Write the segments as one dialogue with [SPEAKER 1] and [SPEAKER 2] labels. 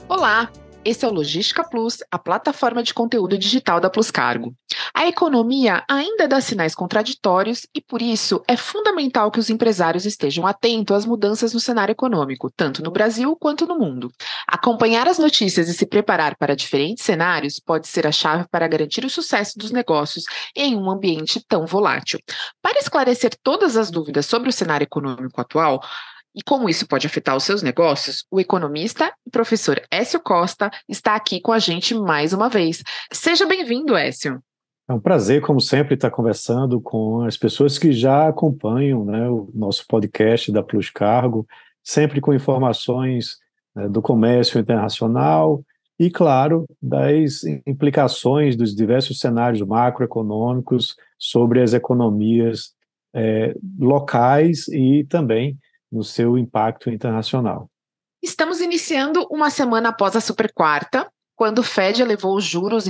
[SPEAKER 1] Olá, esse é o Logística Plus, a plataforma de conteúdo digital da Plus Cargo. A economia ainda dá sinais contraditórios e, por isso, é fundamental que os empresários estejam atentos às mudanças no cenário econômico, tanto no Brasil quanto no mundo. Acompanhar as notícias e se preparar para diferentes cenários pode ser a chave para garantir o sucesso dos negócios em um ambiente tão volátil. Para esclarecer todas as dúvidas sobre o cenário econômico atual, e como isso pode afetar os seus negócios, o economista e professor Écio Costa está aqui com a gente mais uma vez. Seja bem-vindo, Écio.
[SPEAKER 2] É um prazer, como sempre, estar conversando com as pessoas que já acompanham, né, o nosso podcast da Plus Cargo, sempre com informações, né, do comércio internacional e, claro, das implicações dos diversos cenários macroeconômicos sobre as economias locais e também no seu impacto internacional.
[SPEAKER 1] Estamos iniciando uma semana após a super quarta, quando o Fed elevou os juros em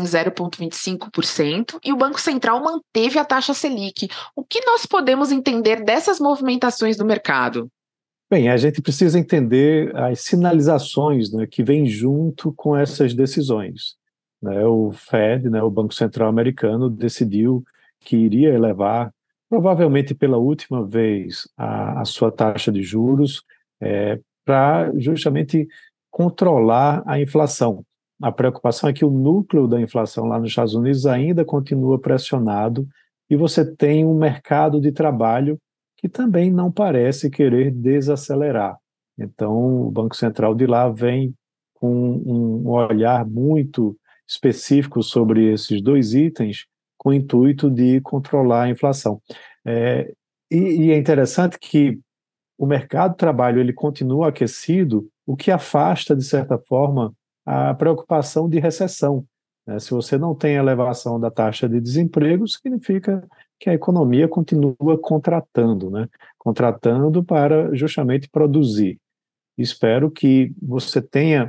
[SPEAKER 1] 0,25% e o Banco Central manteve a taxa Selic. O que nós podemos entender dessas movimentações do mercado?
[SPEAKER 2] Bem, a gente precisa entender as sinalizações, né, que vêm junto com essas decisões. Né? O Fed, né, o Banco Central Americano, decidiu que iria elevar, provavelmente pela última vez, a sua taxa de juros para justamente controlar a inflação. A preocupação é que o núcleo da inflação lá nos Estados Unidos ainda continua pressionado e você tem um mercado de trabalho que também não parece querer desacelerar. Então, o Banco Central de lá vem com um olhar muito específico sobre esses dois itens, com o intuito de controlar a inflação. É, e é interessante que o mercado de trabalho ele continua aquecido, o que afasta, de certa forma, a preocupação de recessão. Né? Se você não tem elevação da taxa de desemprego, significa que a economia continua contratando, né? Contratando para justamente produzir. Espero que você tenha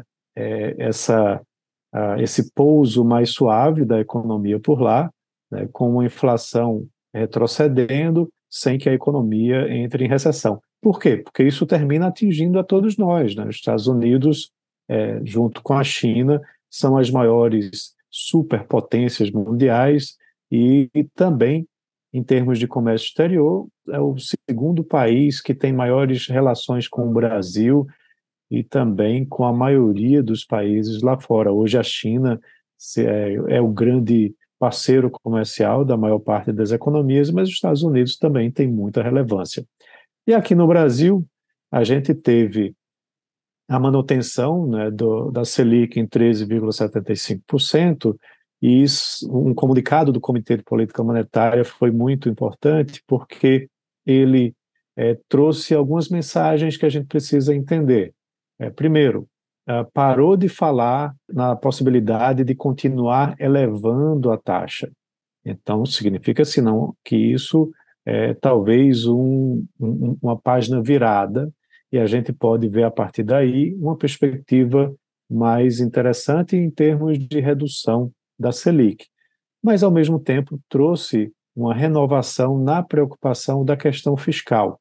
[SPEAKER 2] esse pouso mais suave da economia por lá, né, com a inflação retrocedendo, sem que a economia entre em recessão. Por quê? Porque isso termina atingindo a todos nós, né? Os Estados Unidos, junto com a China, são as maiores superpotências mundiais e também, em termos de comércio exterior, é o segundo país que tem maiores relações com o Brasil e também com a maioria dos países lá fora. Hoje a China é o grande parceiro comercial da maior parte das economias, mas os Estados Unidos também tem muita relevância. E aqui no Brasil, a gente teve a manutenção, né, da Selic em 13,75%, e um comunicado do Comitê de Política Monetária foi muito importante, porque ele trouxe algumas mensagens que a gente precisa entender. Primeiro, parou de falar na possibilidade de continuar elevando a taxa. Então, significa, senão, que isso é talvez uma página virada e a gente pode ver a partir daí uma perspectiva mais interessante em termos de redução da Selic. Mas, ao mesmo tempo, trouxe uma renovação na preocupação da questão fiscal.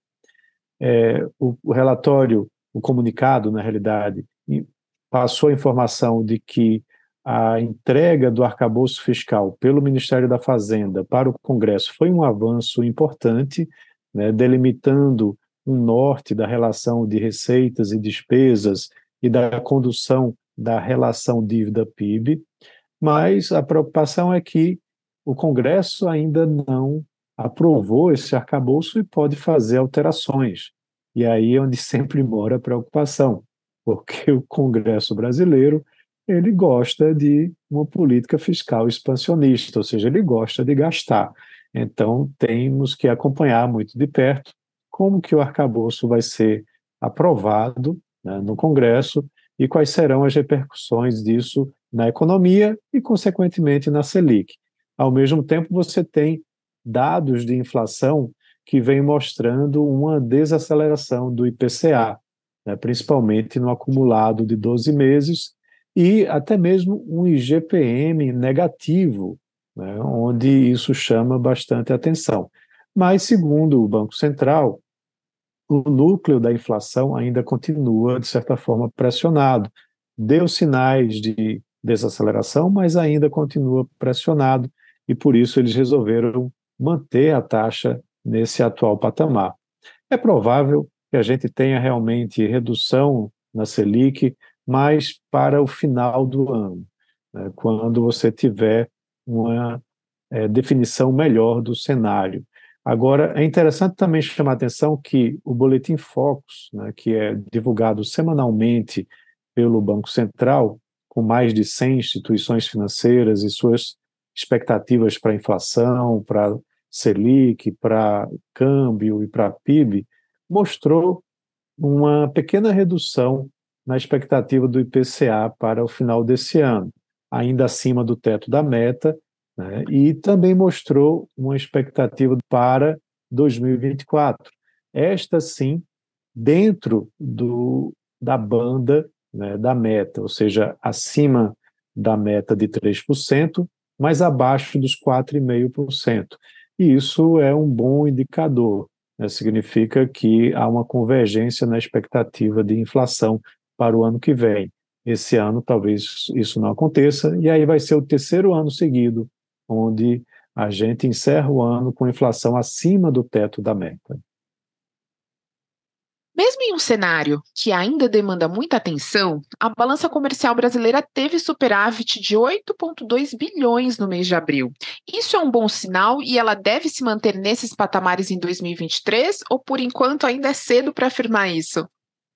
[SPEAKER 2] O relatório, o comunicado, na realidade, passou a informação de que a entrega do arcabouço fiscal pelo Ministério da Fazenda para o Congresso foi um avanço importante, né, delimitando um norte da relação de receitas e despesas e da condução da relação dívida-PIB, mas a preocupação é que o Congresso ainda não aprovou esse arcabouço e pode fazer alterações. E aí é onde sempre mora a preocupação, porque o Congresso brasileiro ele gosta de uma política fiscal expansionista, ou seja, ele gosta de gastar. Então, temos que acompanhar muito de perto como que o arcabouço vai ser aprovado, né, no Congresso e quais serão as repercussões disso na economia e, consequentemente, na Selic. Ao mesmo tempo, você tem dados de inflação que vêm mostrando uma desaceleração do IPCA, né, principalmente no acumulado de 12 meses, e até mesmo um IGPM negativo, né, onde isso chama bastante atenção. Mas, segundo o Banco Central, o núcleo da inflação ainda continua, de certa forma, pressionado. deu sinais de desaceleração, mas ainda continua pressionado, e por isso eles resolveram manter a taxa nesse atual patamar. É provável que a gente tenha realmente redução na Selic, mas para o final do ano, né, quando você tiver uma definição melhor do cenário. Agora, é interessante também chamar a atenção que o Boletim Focus, né, que é divulgado semanalmente pelo Banco Central, com mais de 100 instituições financeiras e suas expectativas para a inflação, para Selic, para câmbio e para PIB, mostrou uma pequena redução na expectativa do IPCA para o final desse ano, ainda acima do teto da meta, né, e também mostrou uma expectativa para 2024. Esta, sim, dentro da banda, né, da meta, ou seja, acima da meta de 3%, mas abaixo dos 4,5%. E isso é um bom indicador, né? Significa que há uma convergência na expectativa de inflação para o ano que vem. Esse ano talvez isso não aconteça, e aí vai ser o terceiro ano seguido onde a gente encerra o ano com inflação acima do teto da meta.
[SPEAKER 1] Mesmo em um cenário que ainda demanda muita atenção, a balança comercial brasileira teve superávit de 8,2 bilhões no mês de abril. Isso é um bom sinal e ela deve se manter nesses patamares em 2023 ou por enquanto ainda é cedo para afirmar isso?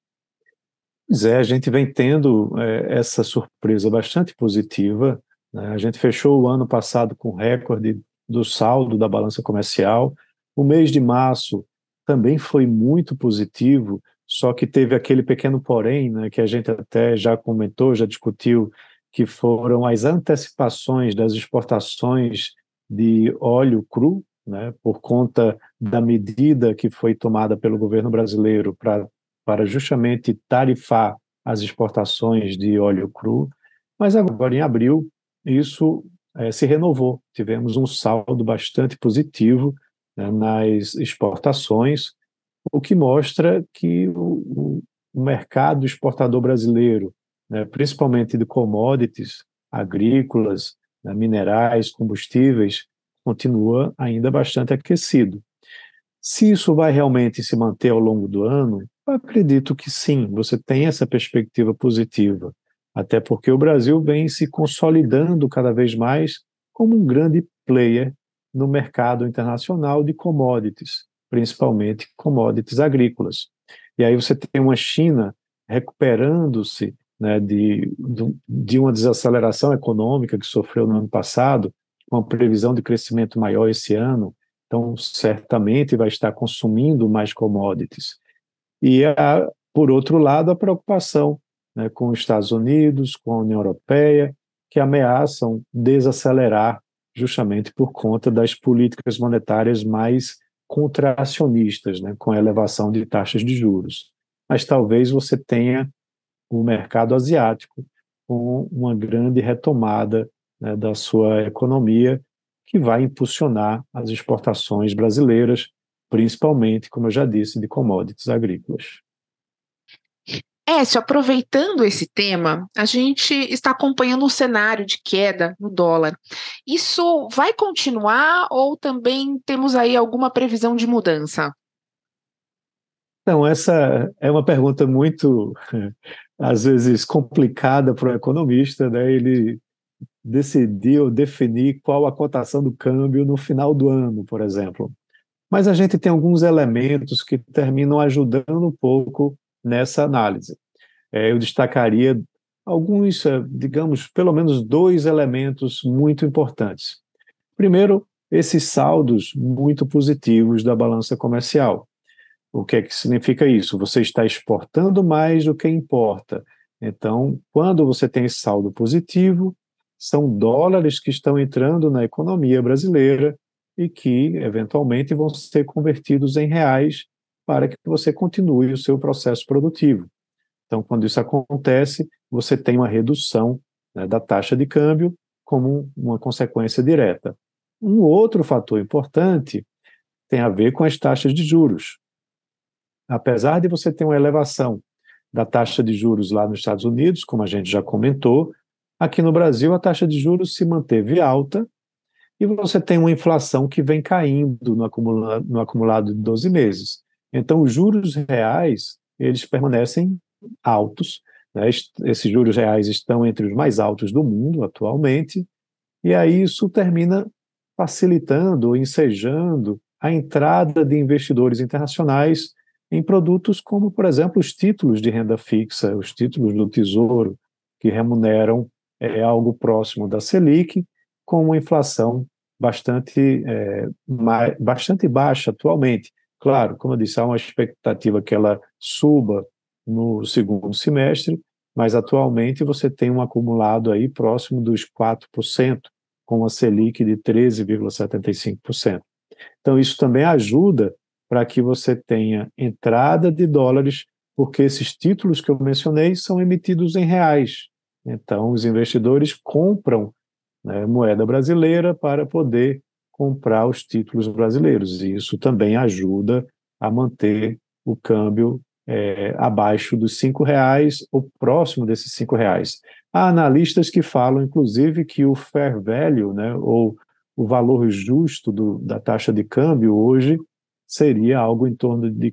[SPEAKER 2] Pois é, a gente vem tendo essa surpresa bastante positiva, né? A gente fechou o ano passado com recorde do saldo da balança comercial. O mês de março também foi muito positivo, só que teve aquele pequeno porém, né, que a gente até já comentou, já discutiu, que foram as antecipações das exportações de óleo cru, né, por conta da medida que foi tomada pelo governo brasileiro para justamente tarifar as exportações de óleo cru, mas agora em abril isso se renovou. Tivemos um saldo bastante positivo, né, nas exportações, o que mostra que o mercado exportador brasileiro, né, principalmente de commodities agrícolas, né, minerais, combustíveis, continua ainda bastante aquecido. Se isso vai realmente se manter ao longo do ano, eu acredito que sim, você tem essa perspectiva positiva, até porque o Brasil vem se consolidando cada vez mais como um grande player no mercado internacional de commodities, principalmente commodities agrícolas. E aí você tem uma China recuperando-se, né, de uma desaceleração econômica que sofreu no ano passado, com a previsão de crescimento maior esse ano, então certamente vai estar consumindo mais commodities. E, por outro lado, a preocupação, né, com os Estados Unidos, com a União Europeia, que ameaçam desacelerar justamente por conta das políticas monetárias mais contracionistas, né, com a elevação de taxas de juros. Mas talvez você tenha o mercado asiático com uma grande retomada, né, da sua economia, que vai impulsionar as exportações brasileiras, principalmente, como eu já disse, de commodities agrícolas.
[SPEAKER 1] Écio, aproveitando esse tema, a gente está acompanhando um cenário de queda no dólar. Isso vai continuar ou também temos aí alguma previsão de mudança?
[SPEAKER 2] Então, essa é uma pergunta muito, às vezes, complicada para o economista, né? Ele decidir ou definir qual a cotação do câmbio no final do ano, por exemplo. Mas a gente tem alguns elementos que terminam ajudando um pouco nessa análise. Eu destacaria alguns, digamos, pelo menos dois elementos muito importantes. Primeiro, esses saldos muito positivos da balança comercial. O que é que significa isso? Você está exportando mais do que importa. Então, quando você tem esse saldo positivo, são dólares que estão entrando na economia brasileira e que, eventualmente, vão ser convertidos em reais para que você continue o seu processo produtivo. Então, quando isso acontece, você tem uma redução, né, da taxa de câmbio como uma consequência direta. Um outro fator importante tem a ver com as taxas de juros. Apesar de você ter uma elevação da taxa de juros lá nos Estados Unidos, como a gente já comentou. Aqui no Brasil, a taxa de juros se manteve alta e você tem uma inflação que vem caindo no acumulado de 12 meses. Então, os juros reais, eles permanecem altos, né? Esses juros reais estão entre os mais altos do mundo atualmente, e aí isso termina facilitando, ensejando a entrada de investidores internacionais em produtos como, por exemplo, os títulos de renda fixa, os títulos do Tesouro, que remuneram algo próximo da Selic, com uma inflação bastante baixa atualmente. Claro, como eu disse, há uma expectativa que ela suba no segundo semestre, mas atualmente você tem um acumulado aí próximo dos 4%, com a Selic de 13,75%. Então, isso também ajuda para que você tenha entrada de dólares, porque esses títulos que eu mencionei são emitidos em reais. Então, os investidores compram, né, moeda brasileira para poder comprar os títulos brasileiros. E isso também ajuda a manter o câmbio abaixo dos R$ 5 ou próximo desses R$ 5. Há analistas que falam, inclusive, que o fair value, né, ou o valor justo da taxa de câmbio hoje seria algo em torno de R$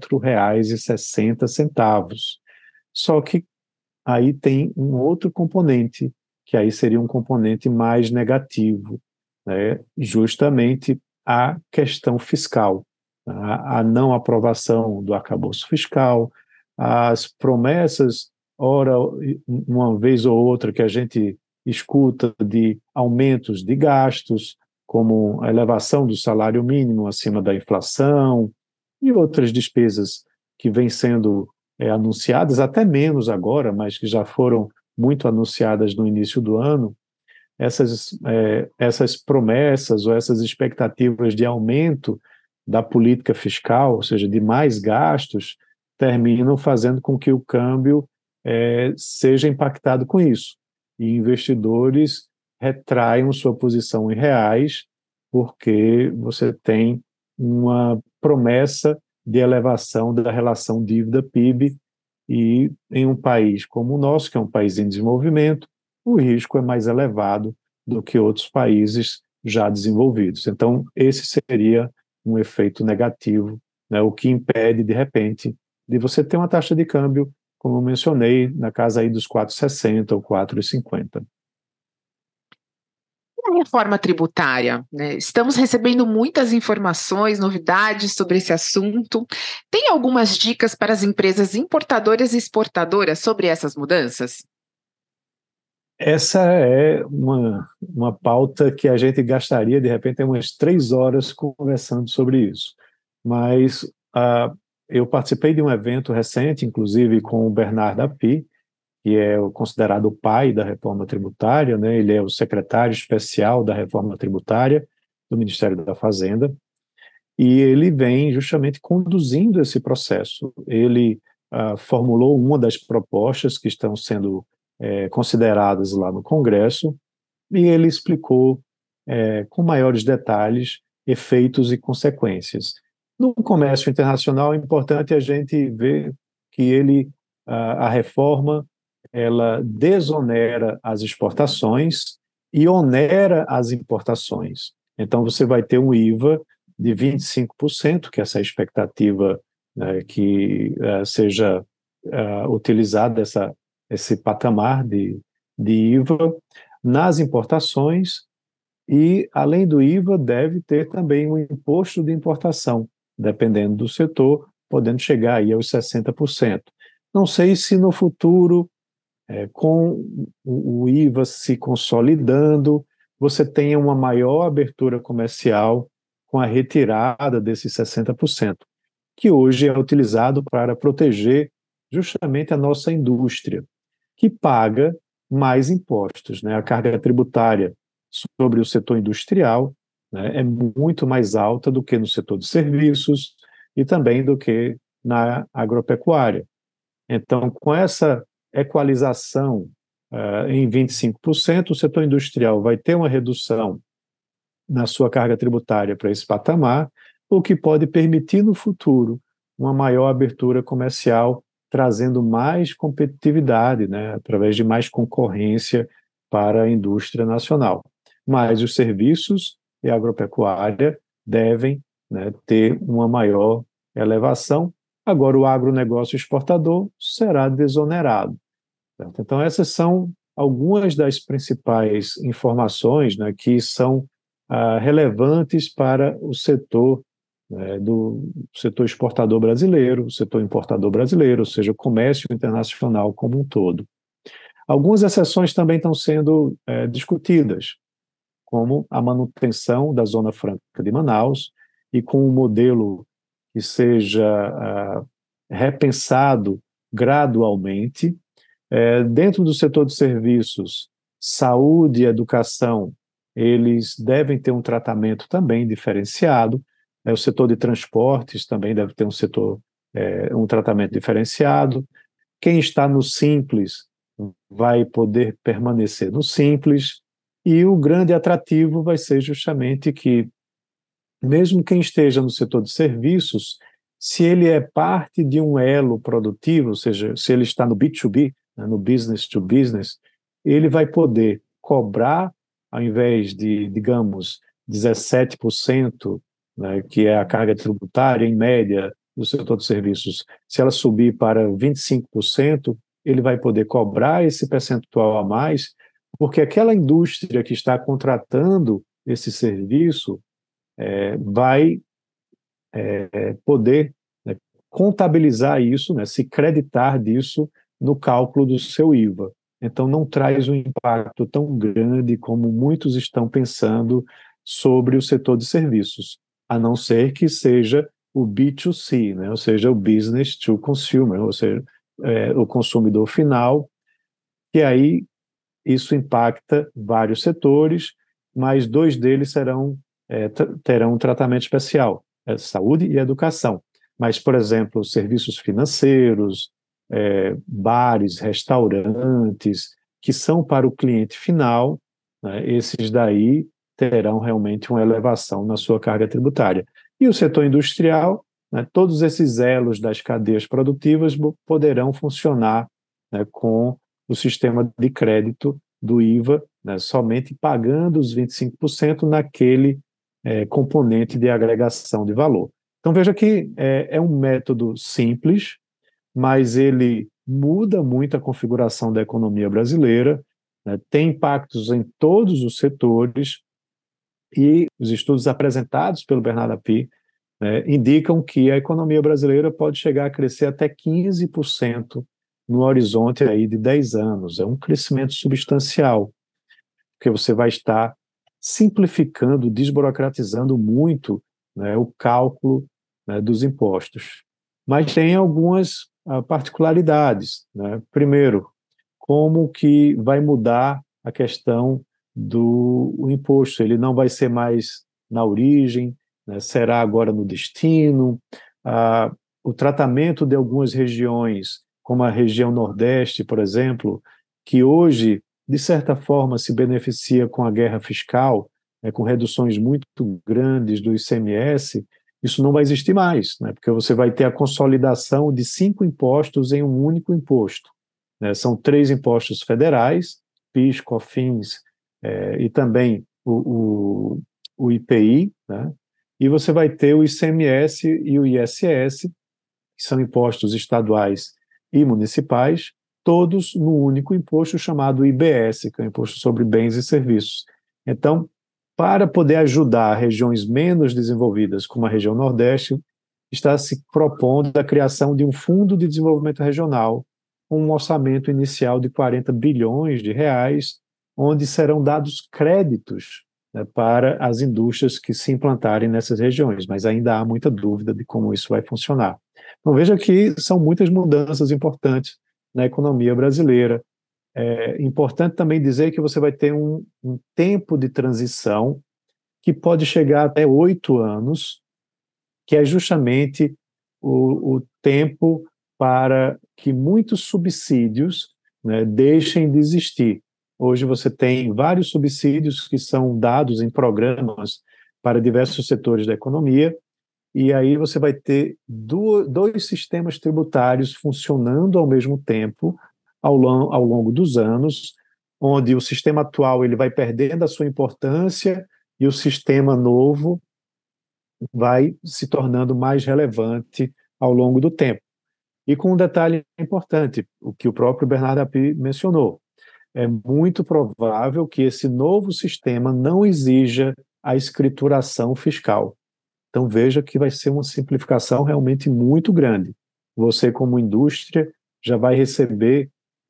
[SPEAKER 2] 4,60. Só que aí tem um outro componente, que aí seria um componente mais negativo, né? Justamente a questão fiscal, a não aprovação do arcabouço fiscal, as promessas, ora, uma vez ou outra, que a gente escuta de aumentos de gastos, como a elevação do salário mínimo acima da inflação e outras despesas que vêm sendo anunciadas, até menos agora, mas que já foram muito anunciadas no início do ano. Essas promessas ou essas expectativas de aumento da política fiscal, ou seja, de mais gastos, terminam fazendo com que o câmbio seja impactado com isso. E investidores retraiam sua posição em reais, porque você tem uma promessa de elevação da relação dívida-PIB, e em um país como o nosso, que é um país em desenvolvimento, o risco é mais elevado do que outros países já desenvolvidos. Então, esse seria um efeito negativo, né, o que impede, de repente, de você ter uma taxa de câmbio, como eu mencionei, na casa aí dos 4,60 ou 4,50.
[SPEAKER 1] A reforma tributária, né? Estamos recebendo muitas informações, novidades sobre esse assunto. Tem algumas dicas para as empresas importadoras e exportadoras sobre essas mudanças?
[SPEAKER 2] Essa é uma pauta que a gente gastaria, de repente, umas 3 horas conversando sobre isso. Mas eu participei de um evento recente, inclusive com o Bernard Api, que é considerado o pai da reforma tributária, né? Ele é o secretário especial da reforma tributária do Ministério da Fazenda, e ele vem justamente conduzindo esse processo. Ele formulou uma das propostas que estão sendo consideradas lá no Congresso, e ele explicou com maiores detalhes efeitos e consequências. No comércio internacional, é importante a gente ver que a reforma, ela desonera as exportações e onera as importações. Então, você vai ter um IVA de 25%, que é essa expectativa, né, que seja utilizado esse patamar de IVA nas importações, e, além do IVA, deve ter também um imposto de importação, dependendo do setor, podendo chegar aí aos 60%. Não sei se no futuro, com o IVA se consolidando, você tenha uma maior abertura comercial com a retirada desses 60%, que hoje é utilizado para proteger justamente a nossa indústria, que paga mais impostos, né? A carga tributária sobre o setor industrial, né, é muito mais alta do que no setor de serviços e também do que na agropecuária. Então, com essa equalização em 25%, o setor industrial vai ter uma redução na sua carga tributária para esse patamar, o que pode permitir no futuro uma maior abertura comercial, trazendo mais competitividade, né, através de mais concorrência para a indústria nacional. Mas os serviços e a agropecuária devem, né, ter uma maior elevação. Agora, o agronegócio exportador será desonerado. Certo? Então, essas são algumas das principais informações, né, que são relevantes para o setor, né, do setor exportador brasileiro, o setor importador brasileiro, ou seja, o comércio internacional como um todo. Algumas exceções também estão sendo discutidas, como a manutenção da Zona Franca de Manaus e com um modelo que seja repensado gradualmente. Dentro do setor de serviços, saúde e educação, eles devem ter um tratamento também diferenciado. O setor de transportes também deve ter um tratamento diferenciado. Quem está no Simples vai poder permanecer no Simples. E o grande atrativo vai ser justamente que, mesmo quem esteja no setor de serviços, se ele é parte de um elo produtivo, ou seja, se ele está no B2B, né, no business to business, ele vai poder cobrar, ao invés de, digamos, 17%, né, que é a carga tributária, em média, do setor de serviços, se ela subir para 25%, ele vai poder cobrar esse percentual a mais, porque aquela indústria que está contratando esse serviço vai poder, né, contabilizar isso, né, se creditar disso no cálculo do seu IVA. Então, não traz um impacto tão grande como muitos estão pensando sobre o setor de serviços, a não ser que seja o B2C, né, ou seja, o business to consumer, ou seja, o consumidor final, que aí isso impacta vários setores, mas dois deles terão um tratamento especial, saúde e educação. Mas, por exemplo, serviços financeiros, bares, restaurantes, que são para o cliente final, né, esses daí terão realmente uma elevação na sua carga tributária. E o setor industrial, né, todos esses elos das cadeias produtivas poderão funcionar, né, com o sistema de crédito do IVA, né, somente pagando os 25% naquele componente de agregação de valor. Então, veja que é um método simples, mas ele muda muito a configuração da economia brasileira, né, tem impactos em todos os setores, e os estudos apresentados pelo Bernardo Api, né, indicam que a economia brasileira pode chegar a crescer até 15% no horizonte aí de 10 anos. É um crescimento substancial, porque você vai estar simplificando, desburocratizando muito, né, o cálculo, né, dos impostos. Mas tem algumas particularidades, né? Primeiro, como que vai mudar a questão do imposto? Ele não vai ser mais na origem, né, será agora no destino. O tratamento de algumas regiões, como a região Nordeste, por exemplo, que hoje, de certa forma, se beneficia com a guerra fiscal, né, com reduções muito grandes do ICMS, isso não vai existir mais, né, porque você vai ter a consolidação de 5 impostos em um único imposto, né. São 3 impostos federais, PIS, COFINS, e também o IPI, né, e você vai ter o ICMS e o ISS, que são impostos estaduais e municipais, todos no único imposto chamado IBS, que é o Imposto sobre Bens e Serviços. Então, para poder ajudar regiões menos desenvolvidas, como a região Nordeste, está se propondo a criação de um Fundo de Desenvolvimento Regional, com um orçamento inicial de 40 bilhões de reais, onde serão dados créditos, né, para as indústrias que se implantarem nessas regiões, mas ainda há muita dúvida de como isso vai funcionar. Então, veja que são muitas mudanças importantes na economia brasileira. É importante também dizer que você vai ter um tempo de transição que pode chegar até 8 anos, que é justamente o tempo para que muitos subsídios, né, deixem de existir. Hoje você tem vários subsídios que são dados em programas para diversos setores da economia, e aí você vai ter dois sistemas tributários funcionando ao mesmo tempo ao longo dos anos, onde o sistema atual ele vai perdendo a sua importância e o sistema novo vai se tornando mais relevante ao longo do tempo. E com um detalhe importante, o que o próprio Bernardo Api mencionou, é muito provável que esse novo sistema não exija a escrituração fiscal. Então veja que vai ser uma simplificação realmente muito grande. Você, como indústria, já vai receber,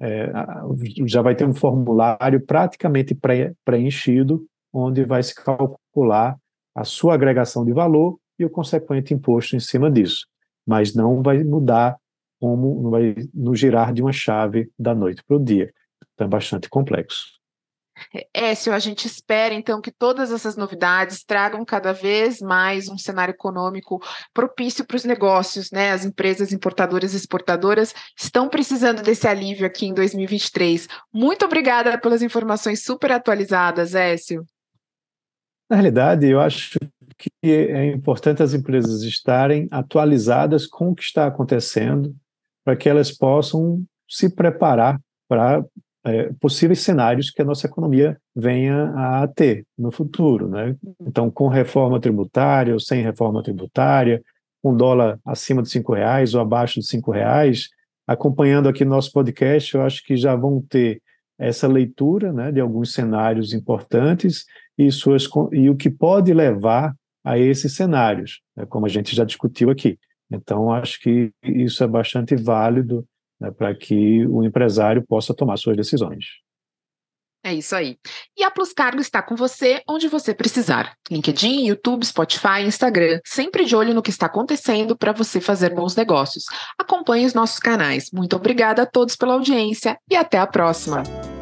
[SPEAKER 2] já vai ter um formulário praticamente preenchido, onde vai se calcular a sua agregação de valor e o consequente imposto em cima disso. Mas não vai mudar como, não vai nos girar de uma chave da noite para o dia. Então é bastante complexo.
[SPEAKER 1] Écio, a gente espera então que todas essas novidades tragam cada vez mais um cenário econômico propício para os negócios, né? As empresas importadoras e exportadoras estão precisando desse alívio aqui em 2023. Muito obrigada pelas informações super atualizadas, Écio.
[SPEAKER 2] Na realidade, eu acho que é importante as empresas estarem atualizadas com o que está acontecendo, para que elas possam se preparar para possíveis cenários que a nossa economia venha a ter no futuro, né? Então, com reforma tributária ou sem reforma tributária, com dólar acima de R$ 5 ou abaixo de R$ 5, acompanhando aqui nosso podcast, eu acho que já vão ter essa leitura, né, de alguns cenários importantes e o que pode levar a esses cenários, né, como a gente já discutiu aqui. Então, acho que isso é bastante válido, né, para que o empresário possa tomar suas decisões.
[SPEAKER 1] É isso aí. E a Plus Cargo está com você onde você precisar. LinkedIn, YouTube, Spotify, Instagram. Sempre de olho no que está acontecendo para você fazer bons negócios. Acompanhe os nossos canais. Muito obrigada a todos pela audiência e até a próxima.